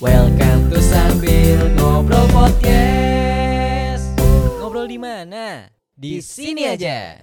Welcome to Sambil Ngobrol Podcast. Ngobrol di mana? Di sini aja.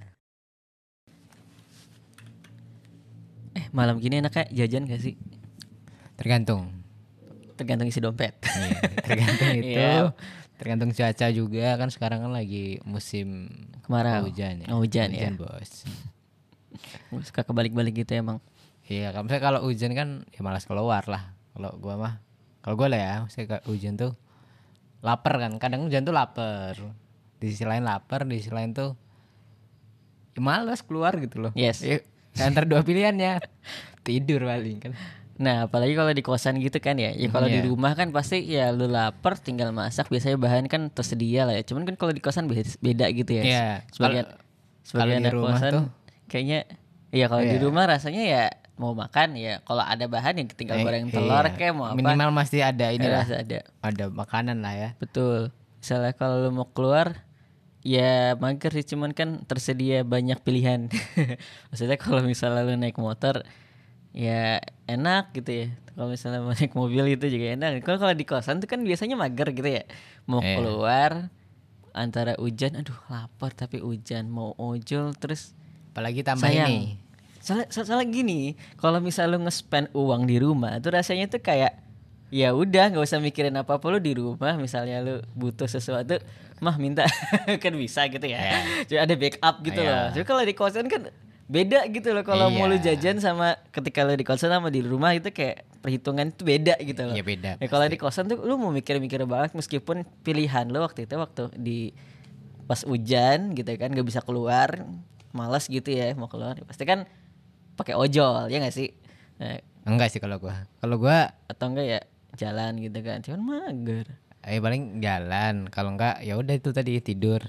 Malam gini enaknya jajan gak sih? Tergantung Tergantung isi dompet. Iya, tergantung itu. Iya. Tergantung cuaca juga kan sekarang kan lagi musim Kemarau. hujan ya. Hujan ya. Bos. Suka kebalik-balik gitu emang. Iya, kalau hujan kan ya malas keluar lah. Kalau gua lah ya, maksudnya hujan tuh lapar kan. Kadang hujan tuh lapar. Di sisi lain lapar, di sisi lain tuh ya malas keluar gitu loh. Yes. Ya, antara dua pilihannya tidur paling kan. Nah, apalagi kalau di kosan gitu kan ya. Ya kalau di Iya. rumah kan pasti ya lu lapar tinggal masak, biasanya bahan kan tersedia lah ya. Cuman kan kalau di kosan beda gitu ya. Iya. Sebagian kalau di anak rumah kosan tuh kayaknya iya kalau di Iya. rumah rasanya ya mau makan ya kalau ada bahan ya tinggal goreng telur iya. kayak mau apa. Minimal masih ada inilah. Ada. Ada makanan lah ya. Betul. Misalnya kalau lu mau keluar ya mager sih, cuman kan tersedia banyak pilihan. Maksudnya kalau misalnya lu naik motor ya enak gitu ya. Kalau misalnya mau naik mobil itu juga enak. Kalau di kosan tuh kan biasanya mager gitu ya. Mau Iya. keluar antara hujan, aduh lapar tapi hujan, mau ojol terus Apalagi tambah sayang. ini. Soalnya gini, kalau misal lu nge-spend uang di rumah tuh rasanya tuh kayak ya udah nggak usah mikirin apa-apa, lu di rumah misalnya lu butuh sesuatu mah minta kan bisa gitu ya. Jadi ada backup gitu loh. Tapi kalau di kosan kan beda gitu loh, kalau mau lu jajan sama ketika lu di kosan sama di rumah itu kayak perhitungan itu beda gitu loh. Iya, beda, Ya kalau pasti. di kosan tuh lu mau mikir-mikir banget meskipun pilihan lu waktu di pas hujan gitu kan nggak bisa keluar, malas gitu ya mau keluar, pasti kan pakai ojol ya nggak sih? Nah, Enggak sih kalau gua atau enggak ya jalan gitu kan, cuman mager. paling jalan, kalau enggak ya udah itu tadi tidur.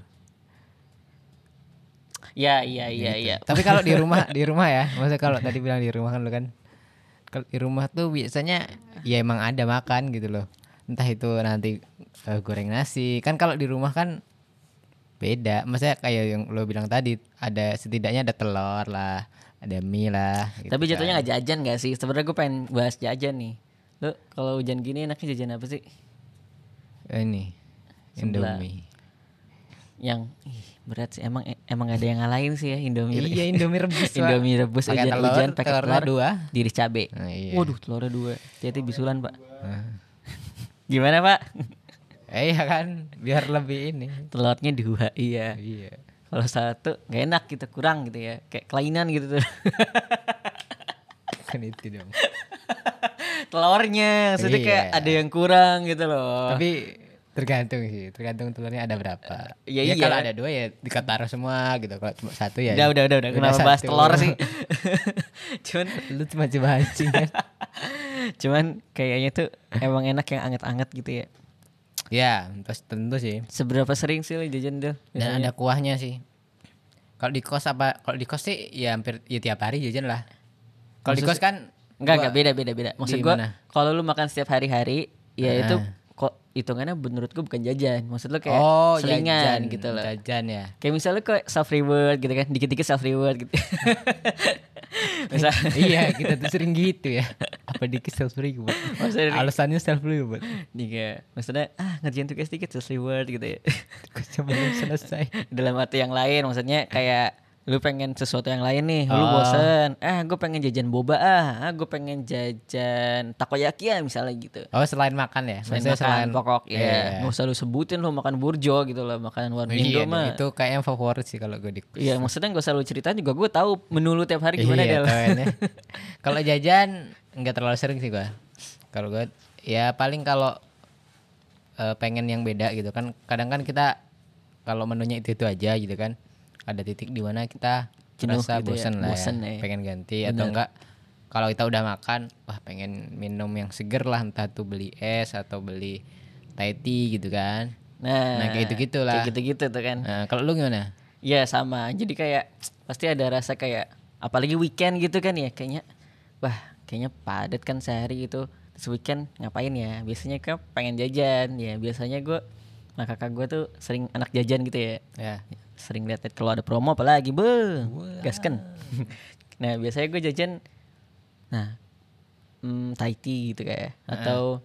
Iya. Gitu. Tapi kalau di rumah ya, maksudnya kalau tadi bilang di rumah kan lu kan. Kalau di rumah tuh biasanya ya emang ada makan gitu loh. Entah itu nanti goreng nasi. Kan kalau di rumah kan beda. Maksudnya kayak yang lo bilang tadi, ada setidaknya ada telur lah, ada mie lah gitu. Tapi jatuhnya kan. nggak jajan nggak sih? Sebenarnya gue pengen bahas jajan nih. Lu kalau hujan gini enaknya jajan apa sih? Ini Sebelah. Indomie. Yang berat sih, emang ada yang ngalahin sih ya Indomie. Iya, Indomie rebus, Pak. Indomie rebus Pakai hujan-hujan pakai telurnya telur 2. diiris cabe. Nah, iya. Waduh, telurnya 2. Hati-hati bisulan, Pak. Gimana, Pak? Iya kan, biar lebih ini. Telurnya 2, iya. Iya. Kalau satu nggak enak gitu, kurang gitu ya, kayak kelainan gitu tuh. Kan itu dong. Telurnya, maksudnya Iya. kayak ada yang kurang gitu loh. Tapi tergantung sih, tergantung telurnya ada berapa. Ya Ya iya. kalau ada 2 ya dikataruh semua gitu. Kalau cuma 1 ya. Udah. Kenapa bahas 1. telur sih? Cuman Lu cuma mancing kan. cuman kayaknya tuh emang enak yang anget-anget gitu ya. Ya, terus tentu sih. Seberapa sering sih lo jajan Del? Dan ada kuahnya sih. Kalau di kos sih ya hampir ya tiap hari jajan lah. Kalau di kos kan Enggak beda. Maksud Di gua mana? kalau lu makan setiap hari-hari ya itu kok hitungannya menurut gua bukan jajan. Maksud lu kayak selingan jajan, gitu loh. Jajan ya. Kayak misalnya kok self reward gitu kan, dikit-dikit self reward gitu. Misal Iya, kita tuh sering gitu ya. Apa dikit self reward. Maksudnya Alasannya self reward. maksudnya ngerjain tugas dikit self reward gitu ya. Belum selesai. Dalam arti yang lain maksudnya kayak lu pengen sesuatu yang lain nih, lu Oh. bosen, gue pengen jajan boba gue pengen jajan takoyaki ya misalnya gitu. Oh, selain makan ya? Selain Maksudnya makan pokok ya, Iya. nggak usah lu sebutin lu makan burjo gitu loh, makanan warung Iya, Indo mah. itu kayak yang favorit sih kalau gue di kos. Iya, maksudnya gak usah lu ceritain juga gue tahu menu lu tiap hari gimana Iya, Del. tahuan ya. Kalau jajan nggak terlalu sering sih gue. Kalau gue ya paling kalau pengen yang beda gitu kan. Kadang kan kita kalau menunya itu aja gitu kan. Ada titik di mana kita Jenuh merasa gitu ya, bosen lah bosen ya. ya. Pengen ganti Bener. atau enggak kalau kita udah makan, wah pengen minum yang seger lah, entah tuh beli es atau beli Thai tea gitu kan. Nah, kayak gitu-gitu lah. Kayak gitu-gitu tuh kan. Nah, kalau lu gimana? Iya sama. Jadi kayak pasti ada rasa kayak apalagi weekend gitu kan ya, kayaknya kayaknya padat kan sehari gitu. Terus weekend ngapain ya? Biasanya kan pengen jajan ya. Biasanya gue sama kakak gue tuh sering anak jajan gitu ya. Ya. Sering lihat kalau ada promo apalagi gasken. Nah biasanya gue jajan Thai tea gitu kayak atau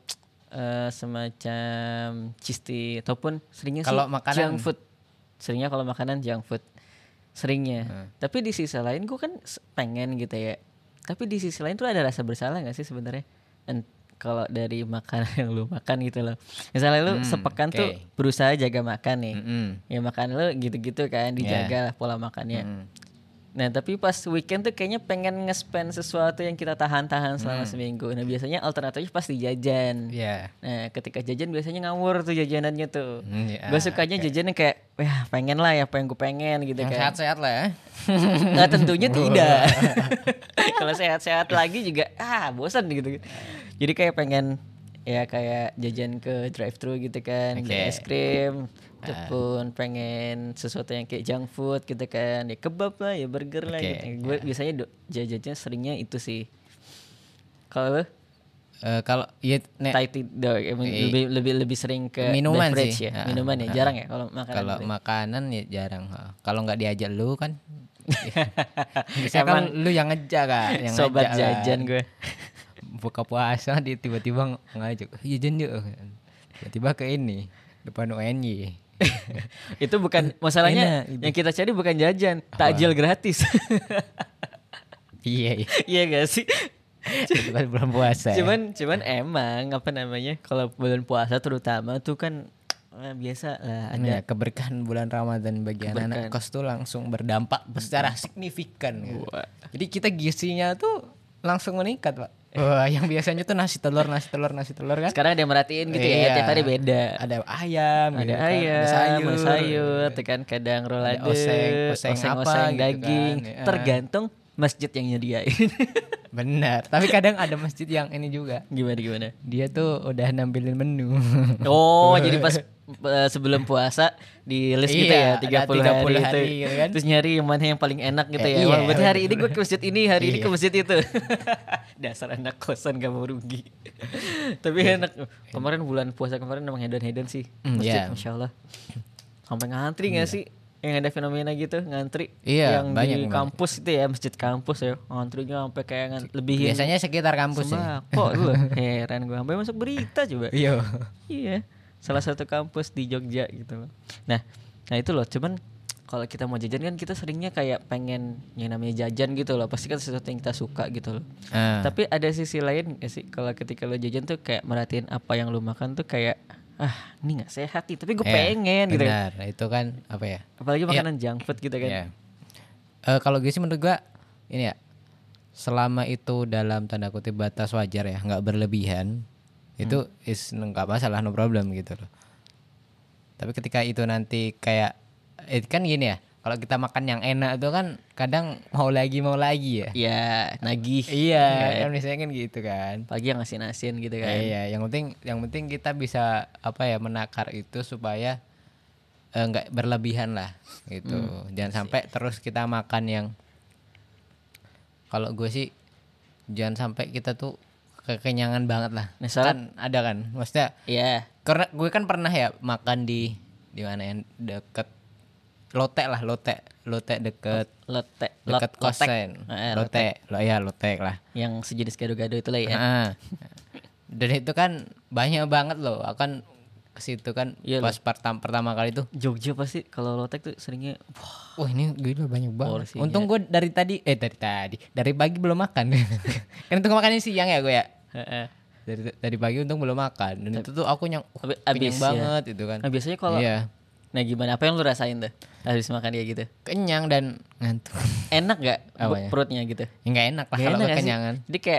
semacam cheese tea ataupun seringnya Kalau sih makanan? junk food. Seringnya kalau makanan junk food. Seringnya. Tapi di sisi lain gue kan pengen gitu ya. Tapi di sisi lain tuh ada rasa bersalah gak sih sebenarnya? Kalau dari makanan yang lu makan gitu loh. Misalnya lu sepekan tuh oke. berusaha jaga makan nih. Mm-mm. Ya makan lu gitu-gitu kan, dijaga lah pola makannya. Nah tapi pas weekend tuh kayaknya pengen nge-spend sesuatu yang kita tahan-tahan selama seminggu. Nah biasanya alternatifnya pasti jajan. Iya. Nah ketika jajan biasanya ngawur tuh jajanannya tuh. Iya, Gue sukanya jajannya kayak, wah pengen lah ya apa yang gue pengen gitu Yang kan. sehat-sehat lah ya. Nah tentunya tidak. Kalau sehat-sehat lagi juga bosan gitu. Jadi kayak pengen ya kayak jajan ke drive thru gitu kan, beli es krim, ataupun pengen sesuatu yang kayak junk food gitu kan, ya kebab lah, ya burger lah gitu. Gue biasanya jajannya seringnya itu sih. Kalau lu? Kalau ya Thai tea lebih sering ke minuman beverage sih. ya, minuman ya, jarang ya kalau makanan. Kalau gitu. makanan ya jarang. Kalau nggak diajak lu kan. Bisa kan lu yang ngejak kan, yang sobat ngajak jajan kan. gue. Buka puasa dia tiba-tiba ngajak jajan yuk. Tiba-tiba ke ini depan UNY. Itu bukan masalahnya, Enak, gitu. yang kita cari bukan jajan, takjil gratis. Iya. Iya gak sih? Itu kan bulan puasa. Ya. Cuman emang apa namanya, kalau bulan puasa terutama tuh kan biasa lah Ini ya, ada keberkahan bulan Ramadan bagi anak-anak kos tuh langsung berdampak secara signifikan gitu. Wah. Jadi kita gizinya tuh langsung meningkat, Pak. Wah, yang biasanya tuh nasi telur kan. sekarang ada yang merhatiin gitu Iya. ya, tiap hari beda. Ada ayam, Ada gitu kan. ayam, ada sayur, tuh kan kadang rolade, oseng apa gitu daging, kan. Ya. tergantung masjid yang nyediain. Benar. Tapi kadang ada masjid yang ini juga. Gimana? Dia tuh udah nampilin menu. Oh, jadi pas sebelum puasa di list gitu ya, Iya, 30 ada 30 hari itu. hari gitu kan. Terus nyari yang mana yang paling enak gitu ya. Iya, Wah, berarti hari betul. ini gue ke masjid ini, hari ini Iya. ke masjid itu. Dasar anak kosan gak mau rugi. Tapi enak. Kemarin bulan puasa kemarin emang hedon-hedon sih. Masjid, Iya. Masya Allah. Sampai ngantri gak sih? Yang ada fenomena gitu, ngantri. Iya, yang banyak di banget. kampus itu ya, masjid kampus ya. Ngantrinya sampai kayak lebihin Biasanya sekitar kampus ya. sembako lu. Heran gue, sampai masuk berita coba. Iya. Iya, salah satu kampus di Jogja gitu loh. Nah itu loh. Cuman kalau kita mau jajan kan kita seringnya kayak pengen yang namanya jajan gitu loh. Pasti kan sesuatu yang kita suka gitu loh. Tapi ada sisi lain gak sih kalau ketika lo jajan tuh kayak merhatiin apa yang lo makan tuh kayak ini nggak sehat nih. Tapi gue pengen gitu. Benar, itu kan apa ya? Apalagi makanan junk food gitu kan. Iya. Kalau gue sih menurut gue ini ya, selama itu dalam tanda kutip batas wajar ya, nggak berlebihan, itu nggak masalah, no problem gitu loh. Tapi ketika itu nanti kayak kan gini ya, kalau kita makan yang enak itu kan kadang mau lagi ya. Iya, nagih. Iya, kan misalnya kan gitu kan. Pagi yang asin-asin gitu kan. Iya, yang penting kita bisa apa ya, menakar itu supaya nggak berlebihan lah gitu. Jangan sampai terus kita makan yang, kalau gue sih jangan sampai kita tuh kekenyangan banget lah. Misalnya, Kan ada kan, maksudnya Iya. karena gue kan pernah ya makan di mana yang deket Lotte deket Lotek. kosan. Lotek. Lotte lah. Yang sejenis gado-gado itu lah ya. Heeh. Dan itu kan banyak banget loh, akan ke situ kan. Iya Pas pertama kali tuh, Jogja pasti kalau lotek tuh seringnya wah ini gila banyak banget. Porsinya. Untung gue dari pagi belum makan. Kan itu makannya siang ya gue ya. Dari pagi untung belum makan. Dan itu tuh aku kenyang abis banget itu kan. Nah biasanya kalau Iya. Nah gimana, apa yang lu rasain tuh habis makan dia gitu? Kenyang dan ngantuk. Enak gak Apanya? perutnya gitu? Ya nggak enak lah Gak kalau enak gak sih? kekenyangan. Jadi kayak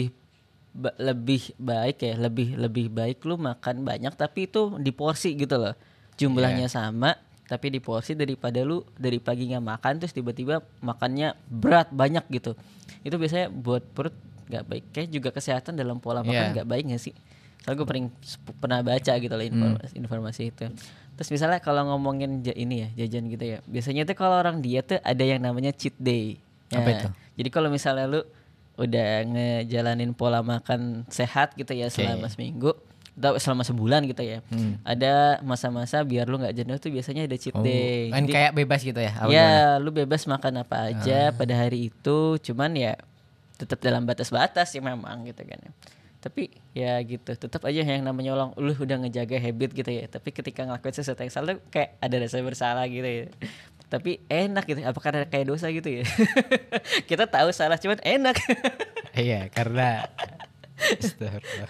lebih baik ya, lebih baik lu makan banyak tapi itu di porsi gitu loh. Jumlahnya sama tapi di porsi, daripada lu dari pagi nggak makan terus tiba-tiba makannya berat banyak gitu. Itu biasanya buat perut nggak baik. Kayak juga kesehatan dalam pola makan nggak baik nggak sih? Soalnya gue pernah baca gitu loh informasi itu. Terus misalnya kalau ngomongin ini ya, jajan gitu ya, biasanya tuh kalau orang diet tuh ada yang namanya cheat day. Apa itu? Jadi kalau misalnya lu udah ngejalanin pola makan sehat gitu ya selama seminggu atau selama sebulan gitu ya, ada masa-masa biar lu nggak jenuh tuh biasanya ada cheat day. Kan Jadi, kayak bebas gitu ya. ya lu bebas makan apa aja pada hari itu, cuman ya tetap dalam batas-batas sih memang gitu kan. Tapi ya gitu, tetap aja yang namanya nyolong lu udah ngejaga habit gitu ya. Tapi ketika ngelakuin sesuatu yang salah tuh kayak ada rasa bersalah gitu ya. Tapi enak gitu. Apakah ada kayak dosa gitu ya? Kita tahu salah cuman enak. Iya, karena Astagfirullah.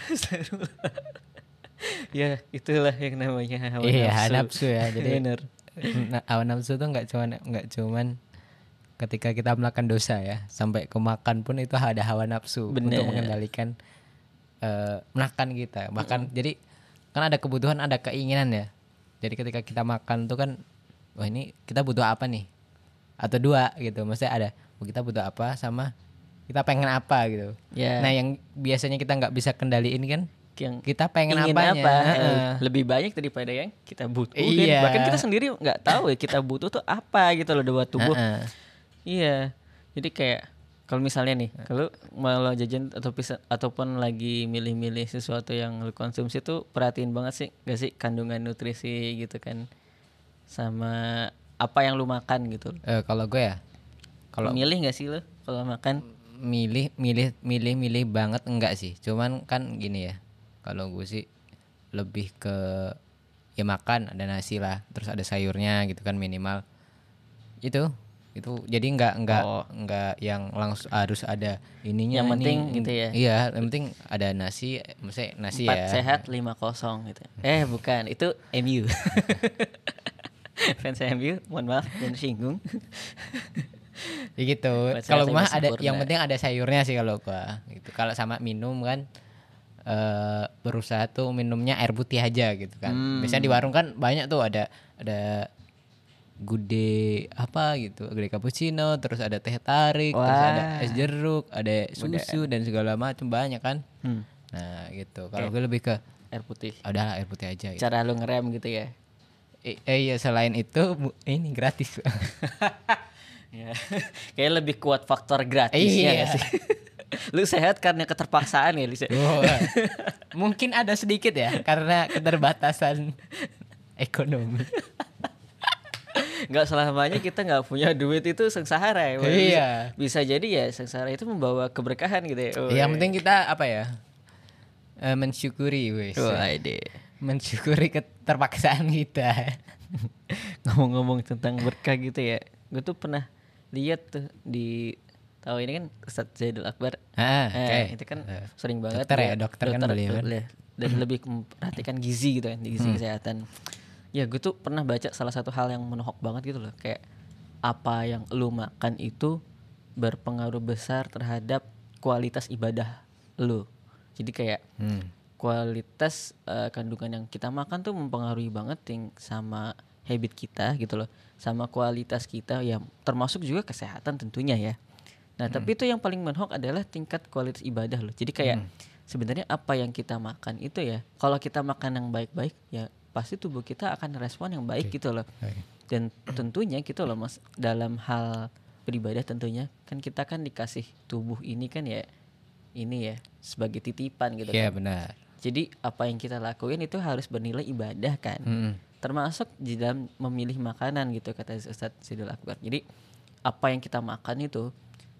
Ya itulah yang namanya hawa Iya, nafsu. nafsu ya. Jadi Bener. hawa nafsu tuh nggak cuman ketika kita melakukan dosa ya, sampai ke makan pun itu ada hawa nafsu Bener. untuk mengendalikan makan kita. Bahkan jadi kan ada kebutuhan, ada keinginan ya. Jadi ketika kita makan tuh kan, wah ini kita butuh apa nih? Atau dua gitu. Maksudnya ada, kita butuh apa sama kita pengen apa gitu. Ya. Nah yang biasanya kita nggak bisa kendaliin kan, Yang kita pengen ingin apanya. apa Heeh. lebih banyak daripada yang kita butuhin. Iya. Bahkan kita sendiri nggak tahu ya kita butuh tuh apa gitu loh buat tubuh. Heeh. Iya. Jadi kayak kalau misalnya nih, kalau mau jajan atau ataupun lagi milih-milih sesuatu yang lu konsumsi tuh perhatiin banget sih gak sih kandungan nutrisi gitu kan, sama apa yang lu makan gitu. Kalau gue ya, kalau Milih gak sih lu kalau makan? milih banget enggak sih, cuman kan gini ya, kalau gue sih lebih ke ya makan ada nasi lah, terus ada sayurnya gitu kan minimal itu jadi enggak yang langsung harus ada ininya. Yang nih, penting gitu ya. Iya, yang penting ada nasi, maksudnya nasi 4 ya. sehat 5-0 gitu. Bukan, itu MU. Fans MU, mohon maaf dan singgung. Ya gitu. Buat Kalau sehat mah lima ada, sempurna. yang penting ada sayurnya sih kalau gua. Gitu. Kalau sama minum kan berusaha tuh minumnya air putih aja gitu kan. Biasanya di warung kan banyak tuh ada gude apa gitu, gude cappuccino, terus ada teh tarik, terus ada es jeruk, ada susu dan segala macam banyak kan. Nah, gitu. Kalau gue lebih ke Air putih. udahlah air putih aja gitu. Cara lu ngerem gitu ya. Iya, selain itu ini gratis. Ya. Kayak lebih kuat faktor gratisnya Iya. gak sih? Lu sehat karena keterpaksaan ya, Lisa? Oh, mungkin ada sedikit ya karena keterbatasan ekonomi. Nggak selamanya kita nggak punya duit itu sengsara ya. Wah, Iya. Bisa jadi ya sengsara itu membawa keberkahan gitu ya. Yang penting kita apa ya? Mensyukuri wes. Wah, ide. Mensyukuri keterpaksaan kita. Ngomong-ngomong tentang berkah gitu ya. Gue tuh pernah lihat tuh di tahu ini kan Ustadz Zaidul Akbar. Oke. Itu kan sering banget dokter dia- ya, dokter kan beliau kan. Dan lebih memperhatikan gizi gitu kan, di gizi kesehatan. Ya gue tuh pernah baca salah satu hal yang menohok banget gitu loh, kayak apa yang lu makan itu berpengaruh besar terhadap kualitas ibadah lu. Jadi kayak kualitas kandungan yang kita makan tuh mempengaruhi banget sama habit kita gitu loh, sama kualitas kita ya, termasuk juga kesehatan tentunya ya. Nah, tapi itu yang paling menhok adalah tingkat kualitas ibadah loh. Jadi kayak sebenarnya apa yang kita makan itu ya, kalau kita makan yang baik-baik ya pasti tubuh kita akan respon yang baik gitu loh. Dan tentunya gitu loh Mas, dalam hal beribadah tentunya kan kita kan dikasih tubuh ini kan ya, ini ya sebagai titipan gitu Iya kan. benar. Jadi apa yang kita lakuin itu harus bernilai ibadah kan. Termasuk di dalam memilih makanan gitu kata Ustadz Zaidul Akbar. Jadi apa yang kita makan itu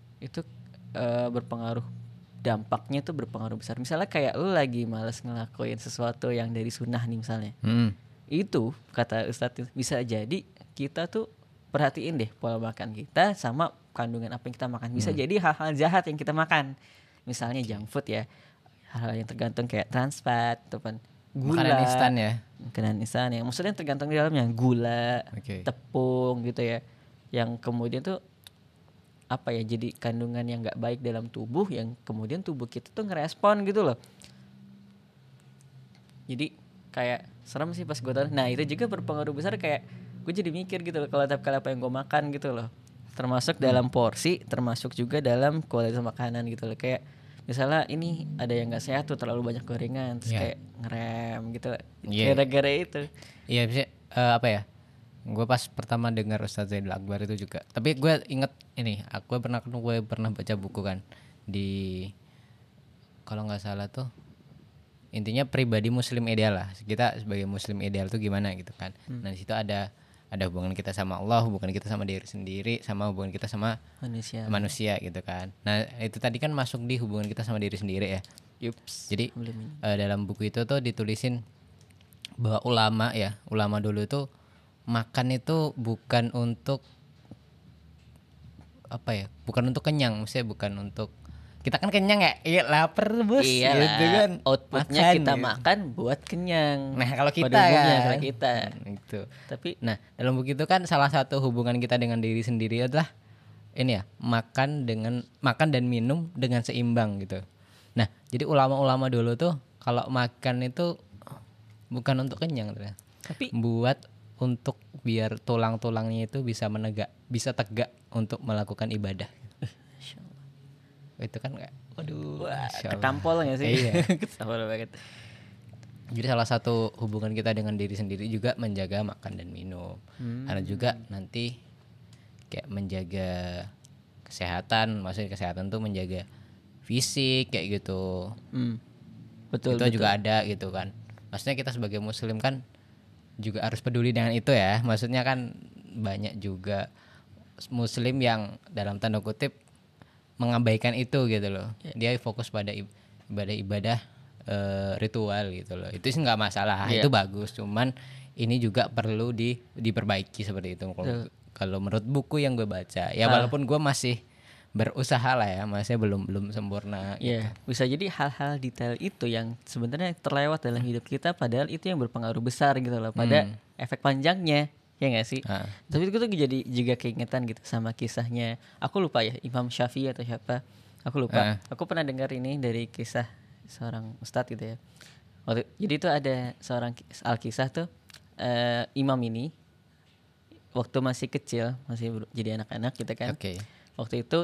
berpengaruh, dampaknya tuh berpengaruh besar. Misalnya kayak lu lagi malas ngelakuin sesuatu yang dari sunnah nih misalnya. Itu kata Ustadz bisa jadi kita tuh perhatiin deh pola makan kita sama kandungan apa yang kita makan. Bisa jadi hal-hal jahat yang kita makan. Misalnya junk food ya. Hal-hal yang tergantung kayak trans fat ataupun gula. Makanan instan ya. Makanan instan ya. Maksudnya tergantung di dalamnya gula, tepung gitu ya. Yang kemudian tuh apa ya, jadi kandungan yang nggak baik dalam tubuh yang kemudian tubuh kita tuh ngerespon gitu loh. Jadi kayak serem sih pas gue tahu. Nah itu juga berpengaruh besar, kayak gue jadi mikir gitu loh kalau tiap kali apa yang gue makan gitu loh, termasuk dalam porsi, termasuk juga dalam kualitas makanan gitu loh. Kayak misalnya ini ada yang nggak sehat tuh, terlalu banyak gorengan, terus kayak ngerem gitu gara-gara itu. Iya bisa apa ya? Gue pas pertama dengar Ustadz Zaidul Akbar itu juga. Tapi gue inget ini, gue pernah baca buku kan di, kalau nggak salah tuh intinya pribadi muslim ideal lah. Kita sebagai muslim ideal tuh gimana gitu kan. Nah di situ ada hubungan kita sama Allah, hubungan kita sama diri sendiri, sama hubungan kita sama manusia gitu kan. Nah itu tadi kan masuk di hubungan kita sama diri sendiri ya. Yups. Jadi Belum ini. dalam buku itu tuh ditulisin bahwa ulama dulu itu makan itu bukan untuk apa ya? Bukan untuk kenyang, maksudnya bukan untuk kita kan kenyang ya, iya lapar bos, gitu Iyalah, kan. outputnya Makan, kita gitu. makan buat kenyang. Nah kalau kita Pada umumnya kan, kalau kita. itu. Tapi Nah dalam buku itu kan salah satu hubungan kita dengan diri sendiri adalah ini ya, makan dan minum dengan seimbang gitu. Nah jadi ulama-ulama dulu tuh kalau makan itu bukan untuk kenyang, tapi buat untuk biar tulang-tulangnya itu bisa tegak untuk melakukan ibadah. Masya Allah. Itu kan kayak waduh, Wah, Masya Allah. ketampol gak sih? Iya. Ketampol banget. Jadi salah satu hubungan kita dengan diri sendiri juga menjaga makan dan minum. Karena juga nanti kayak menjaga kesehatan, maksudnya kesehatan tuh menjaga fisik kayak gitu. Betul. Itu juga ada gitu kan. Maksudnya kita sebagai muslim kan juga harus peduli dengan itu ya. Maksudnya kan banyak juga muslim yang dalam tanda kutip mengabaikan itu gitu loh. Dia fokus pada ibadah ritual gitu loh. Itu sih nggak masalah, itu bagus. Cuman ini juga perlu diperbaiki seperti itu. Kalau menurut buku yang gue baca, ya walaupun gue masih berusaha lah ya, masih belum sempurna. Iya, bisa jadi hal-hal detail itu yang sebenarnya terlewat dalam hidup kita, padahal itu yang berpengaruh besar gitu loh pada efek panjangnya, ya nggak sih? Tapi itu tuh jadi juga keingetan gitu sama kisahnya. Aku lupa ya, Imam Syafi'i atau siapa? Aku lupa. Aku pernah dengar ini dari kisah seorang ustadz gitu ya. Jadi itu ada seorang al-kisah tuh imam ini waktu masih kecil, masih jadi anak-anak gitu kan. Oke. Waktu itu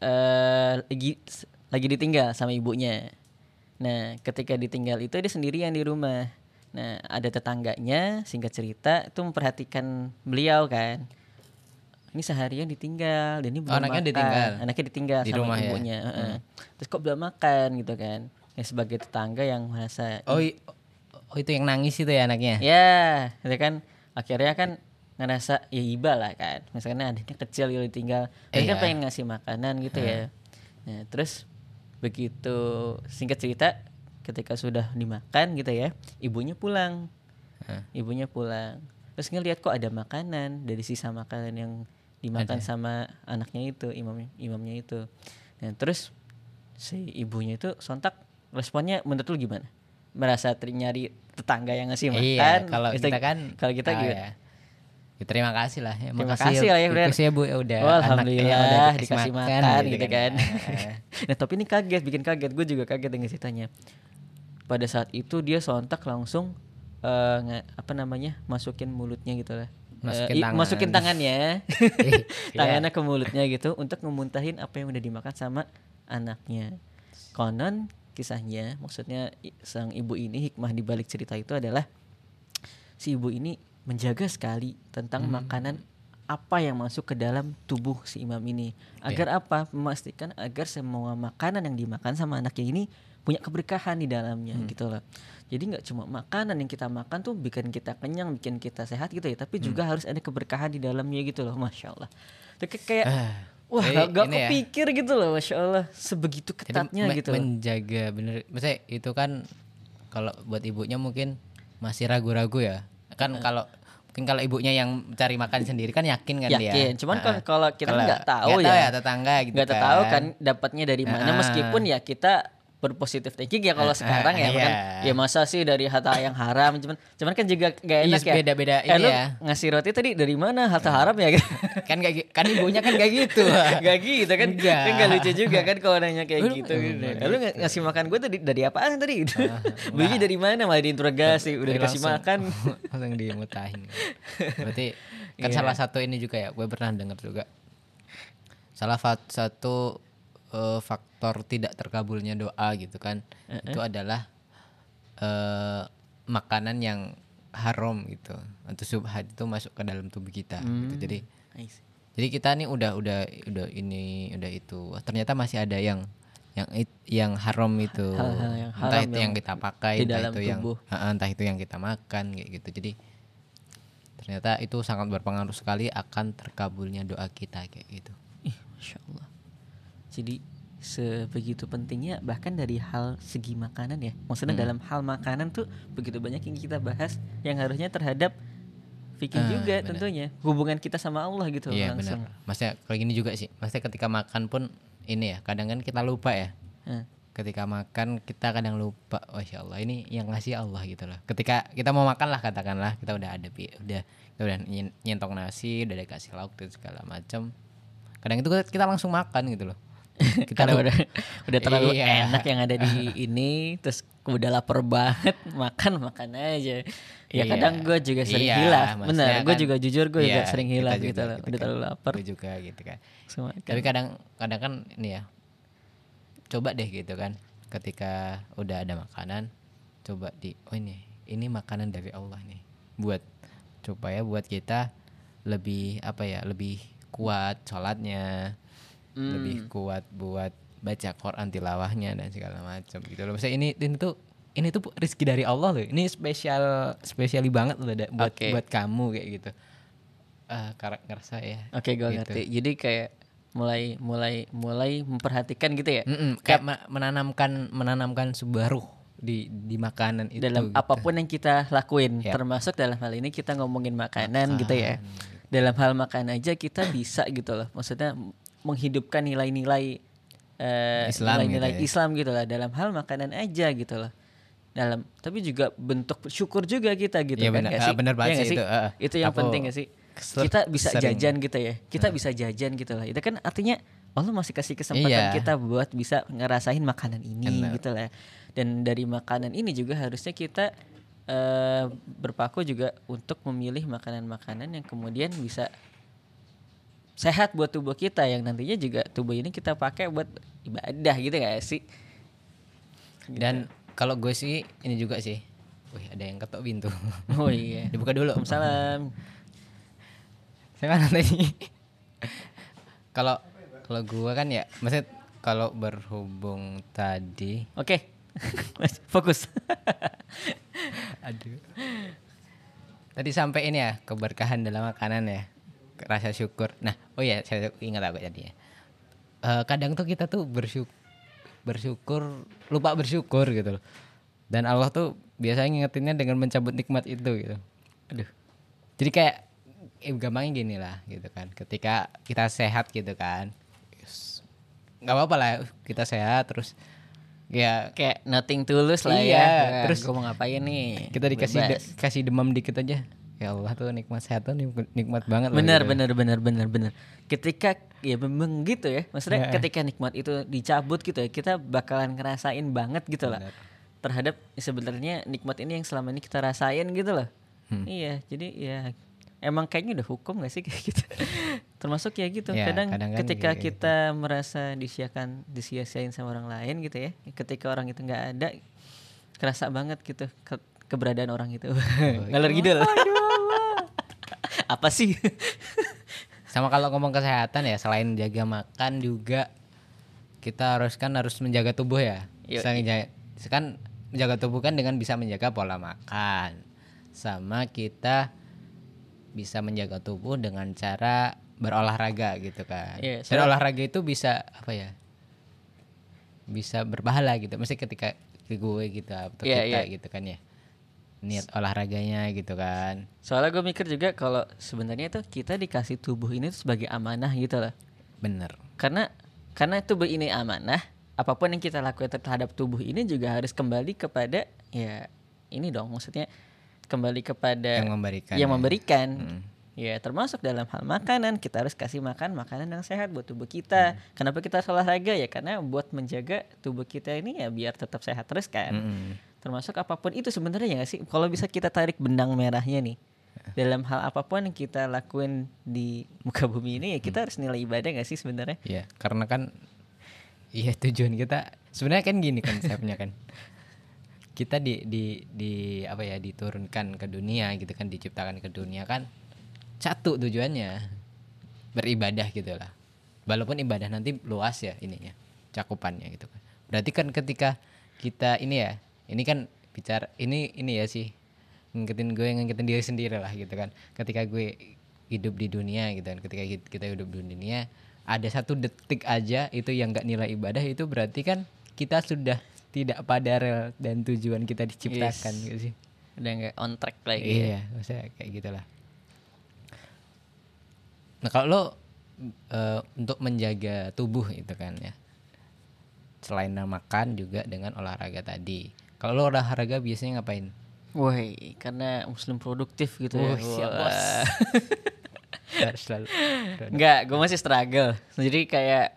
lagi ditinggal sama ibunya. Nah, ketika ditinggal itu dia sendirian di rumah. Nah, ada tetangganya, singkat cerita, itu memperhatikan beliau kan. Ini seharian ditinggal, dan ini belum Anaknya makan. ditinggal? Anaknya ditinggal Di sama rumah ya? ibunya. Terus kok belum makan gitu kan? Ya sebagai tetangga yang merasa Oh itu yang nangis itu ya anaknya? ya, itu kan akhirnya kan ngerasa ya iba lah kan. Misalnya adiknya kecil gitu ditinggal, dia kan Iya. pengen ngasih makanan gitu ya. Nah, terus begitu singkat cerita ketika sudah dimakan gitu ya, ibunya pulang. Ibunya pulang. Terus ngelihat kok ada makanan dari sisa makanan yang dimakan sama anaknya itu, imamnya itu. Nah, terus si ibunya itu sontak responnya menurut lu gimana? Merasa nyari tetangga yang ngasih makan. Iya, kalau kita kan kalau kita tahu gitu. ya. Ya, terima kasih lah ya. Terima kasih lah ya, bener. Makasih ya Bu, ya udah Oh, alhamdulillah anaknya udah dikasih makan gitu kan. Ya. Nah, tapi ini bikin kaget. Gue juga kaget dengan ceritanya. Pada saat itu dia sontak langsung masukin mulutnya gitu lah. Masukin tangannya. Tangannya ke mulutnya gitu untuk ngemuntahin apa yang udah dimakan sama anaknya. Konon kisahnya, maksudnya sang ibu ini, hikmah di balik cerita itu adalah si ibu ini menjaga sekali tentang makanan apa yang masuk ke dalam tubuh si imam ini. Agar apa? Memastikan agar semua makanan yang dimakan sama anaknya ini punya keberkahan di dalamnya gitu loh. Jadi nggak cuma makanan yang kita makan tuh bikin kita kenyang, bikin kita sehat gitu ya, tapi juga harus ada keberkahan di dalamnya gitu loh. Masya Allah. Kayak wah, gak kepikir gitu loh, Masya Allah, sebegitu ketatnya gitu loh. Menjaga bener, maksudnya itu kan kalau buat ibunya mungkin masih ragu-ragu ya. Kan kalau ibunya yang cari makan sendiri kan yakin kan dia. Yakin, cuman kalau kita nggak tahu ya tetangga gitu nggak tahu kan dapatnya dari mana. Meskipun ya kita berpositif thinking ya kalau sekarang ya kan, ya masa sih dari harta yang haram, cuman kan juga gak enak ya. Beda-beda ini lu ya. ngasih roti tadi dari mana, harta haram ya kan ibunya kan gak gitu. Gak gitu kan. Kan gak lucu juga kan kalau nanya kayak gitu. Lu ngasih makan gue tadi dari apaan tadi? Belinya dari mana? Malah diinterogasi, udah dikasih makan langsung dimutahin. Berarti kan salah satu ini juga ya, gue pernah dengar juga. Salah satu faktor tidak terkabulnya doa gitu kan, itu adalah makanan yang haram gitu, atau syubhat itu masuk ke dalam tubuh kita gitu. Jadi kita nih udah itu ternyata masih ada yang haram itu, hal-hal yang haram entah itu yang kita pakai, entah itu yang kita makan kayak gitu. Jadi ternyata itu sangat berpengaruh sekali akan terkabulnya doa kita kayak gitu. Masya Allah. Jadi sebegitu pentingnya bahkan dari hal segi makanan ya. Maksudnya dalam hal makanan tuh begitu banyak yang kita bahas yang harusnya terhadap fikih juga benar. tentunya. Hubungan kita sama Allah gitu Iya langsung. benar. Maksudnya kayak gini juga sih. Maksudnya ketika makan pun ini ya, kadang kan kita lupa ya. Nah, Ketika makan kita kadang lupa, oh insya Allah ini yang ngasih Allah gitu loh. Ketika kita mau makan lah katakanlah, kita udah ada kita udah nyentong nasi, udah dikasih lauk dan segala macam. Kadang itu kita langsung makan gitu loh. Kita karena tuh udah terlalu Iya. enak yang ada di ini, terus udah lapar banget makan aja. Ya Iya. kadang gue juga sering Iya, hilaf, maksudnya bener. Gue kan- juga jujur gue juga iya, sering kita hilaf juga gitu loh. Udah terlalu lapar. Gue juga gitu kan. Semua Tapi kadang kan ini ya, coba deh gitu kan. Ketika udah ada makanan, coba ini makanan dari Allah nih. Buat buat kita lebih lebih kuat sholatnya, lebih kuat buat baca Quran tilawahnya dan segala macam gitu loh. Maksudnya ini tuh rezeki dari Allah loh. Ini spesiali banget loh buat kamu kayak gitu. Ngerasa ya. Oke, gue gitu. ngerti. Jadi kayak mulai memperhatikan gitu ya. Kayak menanamkan sebuah ruh di makanan itu Dalam gitu. apapun yang kita lakuin, Yap. termasuk dalam hal ini kita ngomongin makanan gitu ya. Dalam hal makan aja kita bisa gitu loh. Maksudnya menghidupkan nilai-nilai Islam nilai-nilai gitu ya. Islam gitu lah dalam hal makanan aja gitu loh. Tapi juga bentuk syukur juga kita gitu Iya, kan benar. nggak sih? Benar banget Iya nggak sih sih? itu, Itu yang aku penting gak sih? Kita bisa sering. jajan gitu ya. Kita bisa jajan gitu lah. Itu kan artinya Allah masih kasih kesempatan Iya. kita buat bisa ngerasain makanan ini Benar. gitu lah. Dan dari makanan ini juga harusnya kita berpaku juga untuk memilih makanan-makanan yang kemudian bisa sehat buat tubuh kita, yang nantinya juga tubuh ini kita pakai buat ibadah gitu gak sih? Dan kalau gue sih ini juga sih. Wih, ada yang ketok pintu. Oh iya. Dibuka dulu. Waalaikumsalam. Saya mana tadi? Kalau gue kan ya, maksudnya kalau berhubung tadi, Oke. Fokus. aduh. Tadi sampai ini ya, keberkahan dalam makanan ya. Rasa syukur. Nah, oh ya, saya ingat aku tadi ya. Kadang tuh kita tuh bersyukur, lupa bersyukur gitu loh. Dan Allah tuh biasanya ngingetinnya dengan mencabut nikmat itu gitu. Aduh. Jadi kayak gampangnya gini lah gitu kan. Ketika kita sehat gitu kan, nggak apa-apa lah kita sehat terus ya Kayak nothing tulus lah Iya, ya. terus gue mau ngapain nih? kita dikasih Bebas. kasih demam dikit aja. Ya Allah tuh nikmat sehat tuh nikmat banget loh Benar, gitu. benar. Ketika ya memang gitu ya. Maksudnya ketika nikmat itu dicabut gitu ya, kita bakalan ngerasain banget gitu lah. Terhadap sebenarnya nikmat ini yang selama ini kita rasain gitu loh. Iya, jadi ya emang kayaknya udah hukum gak sih kayak gitu. Termasuk ya gitu. Ya, kadang kadang kan ketika kayak kita merasa disia-siain sama orang lain gitu ya. Ketika orang itu nggak ada, kerasa banget gitu keberadaan orang itu. Ngalor ngidul. Apa sih? Sama kalau ngomong kesehatan ya, selain jaga makan juga kita harus menjaga tubuh ya. Yoi. Kan menjaga tubuh kan dengan bisa menjaga pola makan. Sama kita bisa menjaga tubuh dengan cara berolahraga gitu kan. Iya, Dan olahraga itu bisa apa ya? Bisa berpahala gitu. Mesti ketika gue gitu atau Iya, kita iya. gitu kan ya. Niat olahraganya gitu kan. Soalnya gue mikir juga kalau sebenarnya tuh kita dikasih tubuh ini tuh sebagai amanah gitu loh. Bener. Karena tubuh ini amanah, apapun yang kita lakukan terhadap tubuh ini juga harus kembali kepada ya ini dong, maksudnya kembali kepada Yang memberikan ya. Ya termasuk dalam hal makanan, kita harus kasih makan makanan yang sehat buat tubuh kita. Kenapa kita harus olahraga ya? Karena buat menjaga tubuh kita ini ya biar tetap sehat terus kan. Termasuk apapun itu sebenarnya ya nggak sih? Kalau bisa kita tarik benang merahnya nih, dalam hal apapun yang kita lakuin di muka bumi ini ya kita harus nilai ibadah nggak sih sebenarnya? Iya, karena kan iya tujuan kita sebenarnya kan gini konsepnya kan. Kita di apa ya, diturunkan ke dunia gitu kan, diciptakan ke dunia kan satu tujuannya beribadah gitu lah. Walaupun ibadah nanti luas ya ininya, cakupannya gitu kan. Berarti kan ketika kita ini ya, ini kan bicara ini ya sih ngingkatin diri sendiri lah gitu kan. Ketika gue hidup di dunia gitu kan, ketika kita hidup di dunia ada 1 detik aja itu yang nggak nilai ibadah, itu berarti kan kita sudah tidak pada rel dan tujuan kita diciptakan Yes. gitu sih. Udah nggak on track lagi ya. Iya, maksudnya kayak gitulah. Nah kalau lo untuk menjaga tubuh itu kan ya, selain makan juga dengan olahraga tadi. Kalau lo olahraga biasanya ngapain? Woi, karena muslim produktif gitu ya. Siap Wah. bos. Harus selalu. Enggak, gue masih struggle. Jadi kayak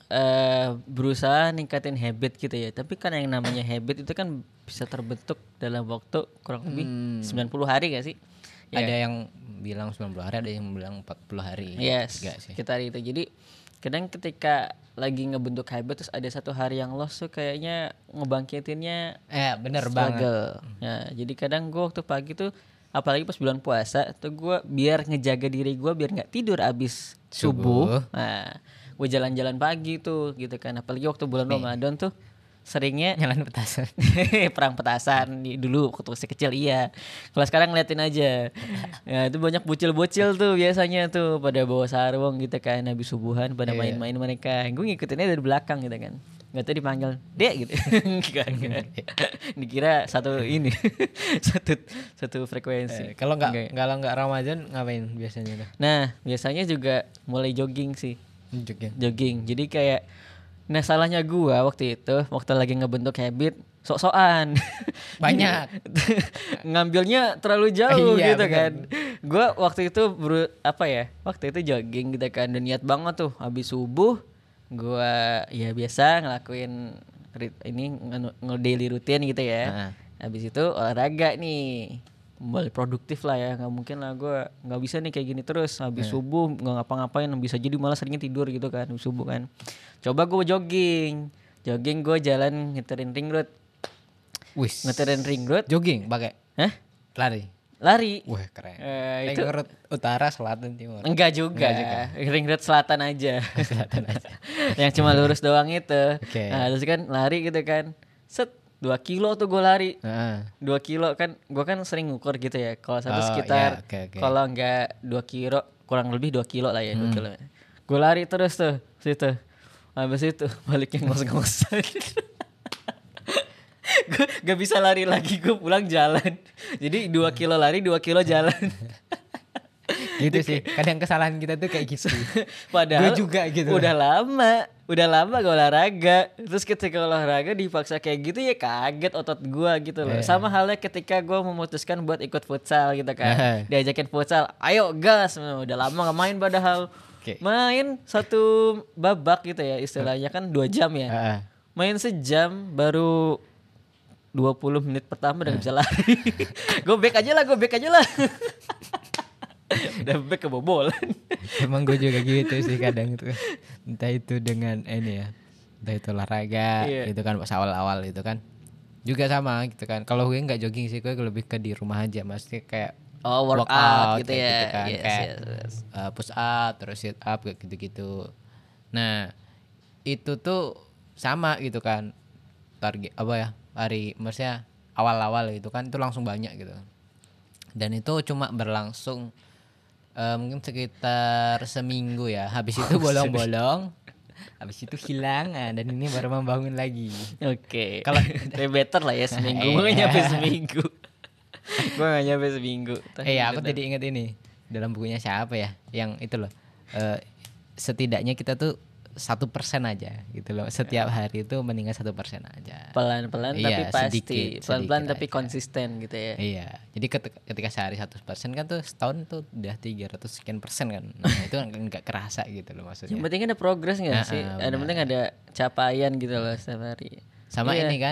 berusaha ningkatin habit gitu ya. Tapi kan yang namanya habit itu kan bisa terbentuk dalam waktu kurang lebih 90 hari gak sih? Ya. Ada yang bilang 90 hari, ada yang bilang 40 hari. Yes, Juga sih. sekitar itu. Jadi kadang ketika lagi ngebentuk habit terus ada satu hari yang lost tuh kayaknya ngebangkitinnya Bener banget. struggle. Ya, jadi kadang gue waktu pagi tuh apalagi pas bulan puasa tuh gue biar ngejaga diri gue biar nggak tidur abis subuh. Nah, gue jalan-jalan pagi tuh gitu kan. Apalagi waktu bulan Ramadan tuh seringnya Nyalain petasan. perang petasan dulu waktu masih kecil iya. Kalau sekarang ngeliatin aja. Ya itu banyak bocil-bocil tuh biasanya tuh pada bawa sarung gitu kan habis subuhan pada main-main mereka. Gue ngikutinnya dari belakang gitu kan. Gak tau dipanggil Dek gitu. Enggak. Dikira satu ini satu frekuensi. Kalau nggak Ramadan ngapain biasanya tuh? Nah biasanya juga mulai jogging sih. Juga. Jogging. Jadi kayak nah salahnya gua waktu itu waktu lagi ngebentuk habit sok-sokan Banyak. ngambilnya terlalu jauh Iya, gitu bener. kan. Gua waktu itu waktu itu jogging gitu kan dan niat banget tuh habis subuh gua ya biasa ngelakuin daily rutin gitu ya. Heeh. Habis itu olahraga nih kembali produktif lah ya, nggak mungkin lah gue nggak bisa nih kayak gini terus habis subuh nggak ngapa-ngapain, bisa jadi malah seringnya tidur gitu kan habis subuh kan. Coba gue jogging gue jalan ngeterin ring road. Wis. Ngeterin ring road Jogging pakai hah lari Wah keren. itu Ring road utara, selatan, timur. enggak juga, ring road selatan aja. Selatan aja. Yang cuma lurus doang itu. Oke. Nah terus kan lari gitu kan set 2 kilo tuh gue lari. Heeh. 2 kilo kan gue kan sering ngukur gitu ya kalau satu Oh, sekitar ya, oke. kalau enggak 2 kilo kurang lebih 2 kilo lah ya 2 kilo gue lari terus tuh situ habis itu baliknya ngos-ngosan. Gue gak bisa lari lagi, gue pulang jalan. Jadi 2 kilo lari 2 kilo jalan. Gitu sih. Kadang kesalahan kita tuh kayak gitu. Padahal Gue juga gitu. udah lama gak olahraga. Terus ketika olahraga dipaksa kayak gitu ya kaget otot gua gitu loh. Sama halnya ketika gua memutuskan buat ikut futsal gitu kan. Diajakin futsal, ayo gas. Udah lama gak main padahal. Oke. Main satu babak gitu ya istilahnya kan 2 jam ya. Heeh. Main sejam baru 20 menit pertama udah gak bisa lari. Gue back aja lah. Udah back kebobolan. Emang gue juga gitu sih kadang itu. Entah itu dengan ini ya, entah itu olahraga gitu kan pas awal-awal itu kan. Juga sama gitu kan. Kalau gue nggak jogging sih, gue lebih ke di rumah aja, maksudnya kayak Workout gitu kayak ya. gitu kan. Yes, Kayak yes. push up terus sit up kayak gitu-gitu. Nah itu tuh sama gitu kan, target apa ya, hari maksudnya awal-awal gitu kan itu langsung banyak gitu. Dan itu cuma berlangsung mungkin sekitar seminggu ya. Habis itu bolong-bolong. Habis itu hilang. Nah, dan ini baru membangun lagi. Oke. Kalau- better lah ya seminggu. Gue gak nyampe seminggu. Gue gak nyampe seminggu. Aku tadi ingat ini dalam bukunya siapa ya, yang itu loh, setidaknya kita tuh 1% aja gitu loh setiap hari itu, mendingan 1% aja. Pelan-pelan Iya, tapi pasti. sedikit Pelan-pelan tapi aja. konsisten gitu ya. Iya, jadi ketika sehari 1% kan tuh setahun tuh udah 300 sekian persen kan. Nah itu kan nggak kerasa gitu loh maksudnya. Yang penting ada progres gak sih? Ada benar. penting ada capaian gitu loh setiap hari. Sama Iya. ini kan,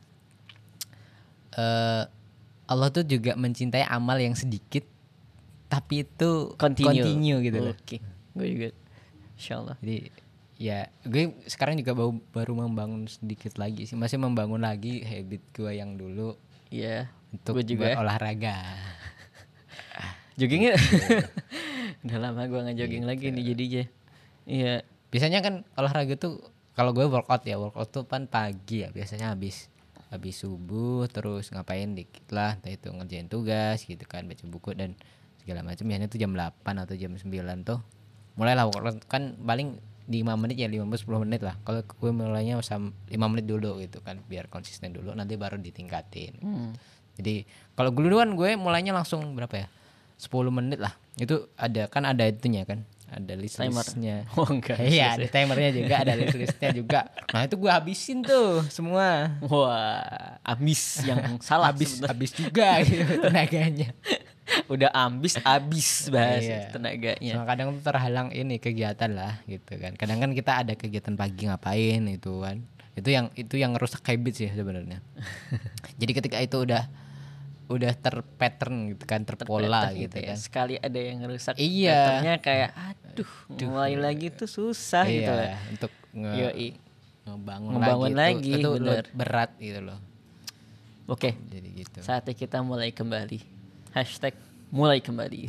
Allah tuh juga mencintai amal yang sedikit tapi itu continue gitu loh. Oke. Gue juga. Insyaallah. Jadi ya gue sekarang juga baru membangun sedikit lagi sih, masih membangun lagi habit gue yang dulu Iya. untuk Gue juga. berolahraga. Joggingnya. Udah lama gue nggak jogging lagi nih jadinya. Iya. Biasanya kan olahraga tuh kalau gue workout tuh kan pagi ya, biasanya habis subuh terus ngapain dikit lah, entah itu ngerjain tugas gitu kan, baca buku dan segala macam. Biasanya tuh jam 8 atau jam 9 tuh mulailah workout kan, paling 5 menit ya 15-10 menit lah. Kalau gue mulainya 5 menit dulu gitu kan biar konsisten dulu nanti baru ditingkatin. Jadi kalau dulu kan gue mulainya langsung berapa ya? 10 menit lah. Itu ada itunya kan. Ada list-listnya. Oh enggak. Iya, ada timernya juga, ada list-listnya juga. Nah, itu gue habisin tuh semua. Wah, ambis yang salah sebenarnya. Habis juga gitu tenaganya. Udah abis bahas Iya. tenaganya. Sama kadang tuh terhalang ini kegiatan lah gitu kan. Kadang kan kita ada kegiatan pagi ngapain itu kan. Itu yang ngerusak habit sih sebenarnya. Jadi ketika itu udah terpattern gitu kan, terpola Terpattern gitu ya. kan. Sekali ada yang rusak Iya. patternnya kayak aduh mulai lagi tuh susah gitu lah. Iya, untuk Yoi. ngebangun lagi itu bener. berat gitu loh. Oke, Jadi gitu. saatnya kita mulai kembali. Hashtag mulai kembali.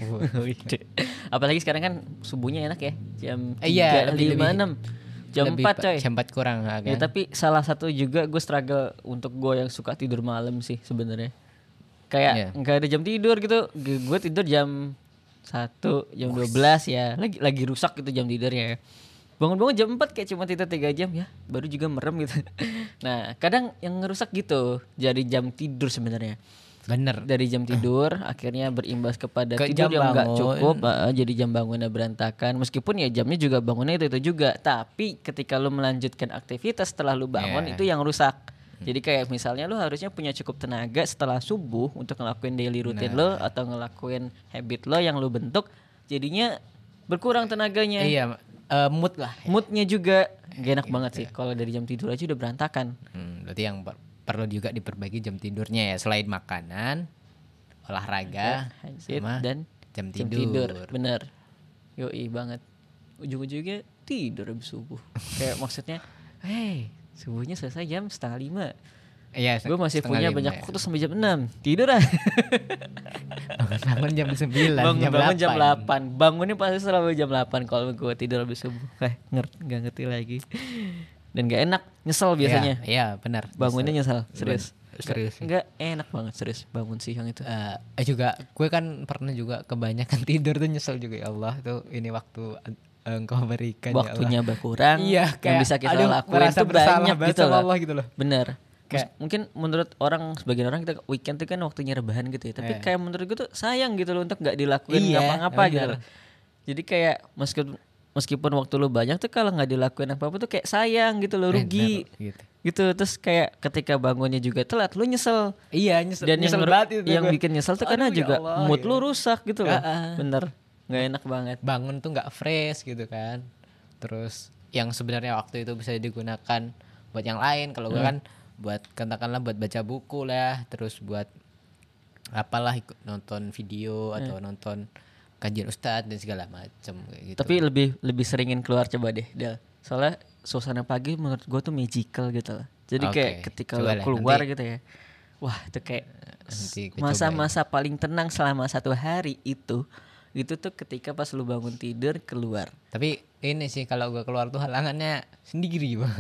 Apalagi sekarang kan subuhnya enak ya. Jam 3, Iya, 5, 6. Jam 4 coy. Jam 4 kurang kan. Ya tapi salah satu juga gue struggle untuk gue yang suka tidur malam sih sebenarnya. Kayak Iya. nggak ada jam tidur gitu. Gue tidur jam 1, jam 12 ya. Lagi rusak gitu jam tidurnya ya. Bangun-bangun jam 4 kayak cuma tidur 3 jam ya. Baru juga merem gitu. Nah, kadang yang ngerusak gitu jadi jam tidur sebenarnya. Bener. Dari jam tidur akhirnya berimbas kepada Ke tidur jam yang nggak bangun. cukup, jadi jam bangunnya berantakan. Meskipun ya jamnya juga bangunnya itu juga, tapi ketika lu melanjutkan aktivitas setelah lu bangun Yeah. itu yang rusak. Jadi kayak misalnya lu harusnya punya cukup tenaga setelah subuh untuk ngelakuin daily routine lo atau ngelakuin habit lo yang lu bentuk, jadinya berkurang tenaganya. Iya, mood lah. Moodnya juga gak enak banget sih kalau dari jam tidur aja udah berantakan. Berarti yang perlu juga diperbaiki jam tidurnya ya, selain makanan, olahraga, Habit sama dan jam jam tidur. tidur. Bener. Yoi banget. Ujung-ujungnya tidur habis subuh. Kayak maksudnya, hey, subuhnya selesai jam 4:30. Iya, Gue masih punya 4:30 banyak ya. waktu sampai jam 6. Tidur ah. Bangun jam 9, Bangun jam 8. 8. Bangunnya pasti selalu jam 8 kalau gue tidur habis subuh. Gak ngerti lagi. Dan gak enak, nyesel biasanya. Iya, benar. Bangunnya nyesel, serius. Serius. Enggak enak banget serius bangun siang itu. Juga gue kan pernah juga kebanyakan tidur tuh nyesel juga, ya Allah tuh ini waktu engkau berikan Waktunya ya Allah. berkurang. Iya, yang kayak, bisa kita aduh, lakuin merasa tuh bersalah banyak banget gitu sama loh. Allah gitu loh. Bener. Kayak- Mungkin menurut sebagian orang kita weekend tuh kan waktunya rebahan gitu ya. Tapi kayak menurut gue tuh sayang gitu loh untuk nggak dilakuin Iya, ngapa-ngapa gitu bener. loh. Jadi kayak meskipun waktu lu banyak tuh kalau nggak dilakuin apa-apa tuh kayak sayang gitu loh, rugi. Bener, gitu. Gitu terus kayak ketika bangunnya juga telat lu nyesel. Iya, nyesel, Dan nyesel yang banget itu yang gue. bikin nyesel tuh karena Aduh, ya juga Allah, mood gitu. lu rusak gitu loh. Ah. Bener. Nggak enak banget. Bangun tuh nggak fresh gitu kan. Terus yang sebenarnya waktu itu bisa digunakan buat yang lain. Kalau gue kan buat katakanlah buat baca buku lah, terus buat apalah ikut nonton video atau nonton kajian ustadz dan segala macem kayak gitu. Tapi lebih seringin keluar coba deh, Del. Soalnya suasana pagi menurut gue tuh magical gitu loh. Jadi Oke, kayak ketika coba lo lah, keluar nanti- gitu ya. Wah, itu kayak Nanti gue masa-masa paling tenang selama 1 hari itu tuh ketika pas lu bangun tidur keluar. Tapi ini sih kalau gue keluar tuh halangannya sendiri, Bang.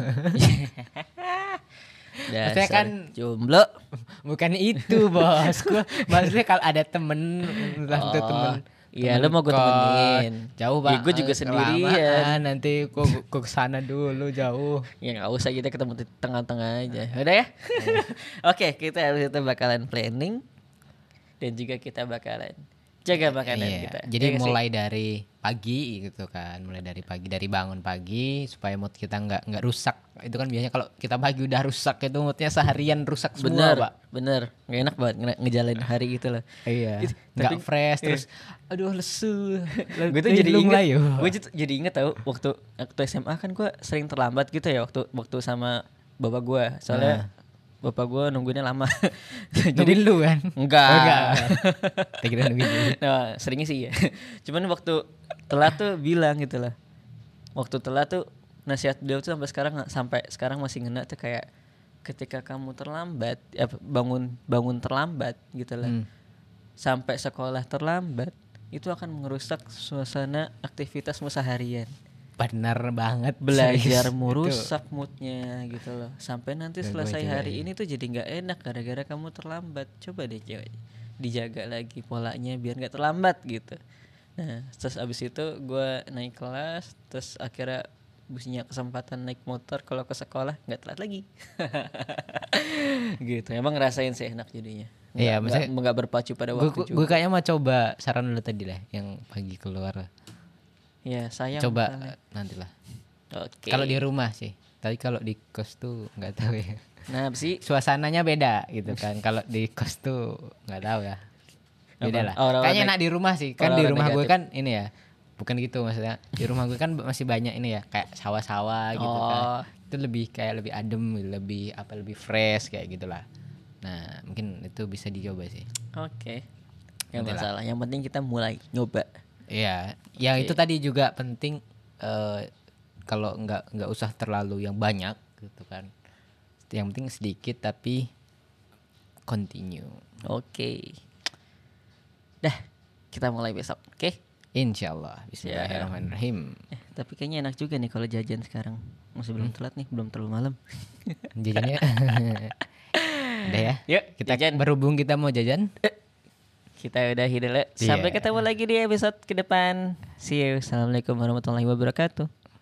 Maksudnya Dasar kan- jomblo. Bukan itu, Bosku. Maksudnya kalau ada temen, entah itu temen. Iya, lu temen mau gue kos, temenin. Jauh Ya, banget. gue juga sendirian. kelamaan, nanti gue kesana dulu jauh. Ya nggak usah, kita ketemu di tengah-tengah aja. Udah ya. Oke, kita habis itu bakalan planning dan juga kita bakalan jaga makanan Iya, kita. jadi Ya nggak sih? mulai dari pagi gitu kan, mulai dari pagi, dari bangun pagi supaya mood kita nggak rusak. Itu kan biasanya kalau kita pagi udah rusak itu moodnya seharian rusak semua, Bener, Pak. bener, nggak enak banget ngejalanin hari gitu loh. Iya, Gitu, nggak tapi- fresh terus. Aduh lesu. Gue tuh jadi Linglung lah, inget, yo. gue jadi inget tau waktu SMA kan gue sering terlambat gitu ya waktu sama bapak gue, soalnya bapak gue nungguinnya lama. Nungguin lu kan? Enggak. Oh, enggak. Kita kira nungguin lu. Nah, seringnya sih ya. Cuman waktu telat tuh bilang gitu lah. Waktu telat tuh nasihat beliau tuh sampai sekarang masih ngena tuh kayak ketika kamu terlambat, bangun terlambat gitu lah. Sampai sekolah terlambat, itu akan merusak suasana aktivitasmu seharian. Benar banget. Belajarmu Itu. rusak moodnya gitu loh. Sampai nanti Udah selesai gue hari cobain. ini tuh jadi nggak enak gara-gara kamu terlambat. Coba deh cewek dijaga lagi polanya biar nggak terlambat gitu. Nah terus abis itu gue naik kelas, terus akhirnya punya kesempatan naik motor kalau ke sekolah nggak telat lagi. Gitu. Emang ngerasain sih enak jadinya. Iya, maksudnya Nggak berpacu pada waktu juga. gue kayaknya mau coba saran lu tadi lah yang pagi keluar. Ya sayang. Coba misalnya. nantilah. Oke. Kalau di rumah sih. Tapi kalau di kos tuh nggak tahu ya. Nah sih. Suasananya beda gitu kan. Kalau di kos tuh nggak tahu ya. Beda Apa? lah. Aura-aura Kayaknya enak di rumah sih. Kan di aura-aura rumah gue negatif. kan ini ya. Bukan gitu maksudnya. Di rumah gue kan masih banyak ini ya. Kayak sawah-sawah gitu kan. Oh. Itu lebih kayak lebih adem, lebih fresh kayak gitulah. Nah mungkin itu bisa dicoba sih. Oke. Nggak Nantilah. masalah. Yang penting kita mulai nyoba. Iya, yang itu tadi juga penting kalau nggak usah terlalu yang banyak gitu kan. Yang penting sedikit tapi continue. Oke. Dah, kita mulai besok. Oke. Insyaallah. Bismillahirrahmanirrahim. Tapi kayaknya enak juga nih kalau jajan sekarang. Masih belum telat nih, belum terlalu malam. Jajannya. Udah ya. Yuk, Kita jajan. berhubung kita mau jajan. Kita udahi dulu. Sampai Iya. ketemu lagi di episode ke depan. See you. Assalamualaikum warahmatullahi wabarakatuh.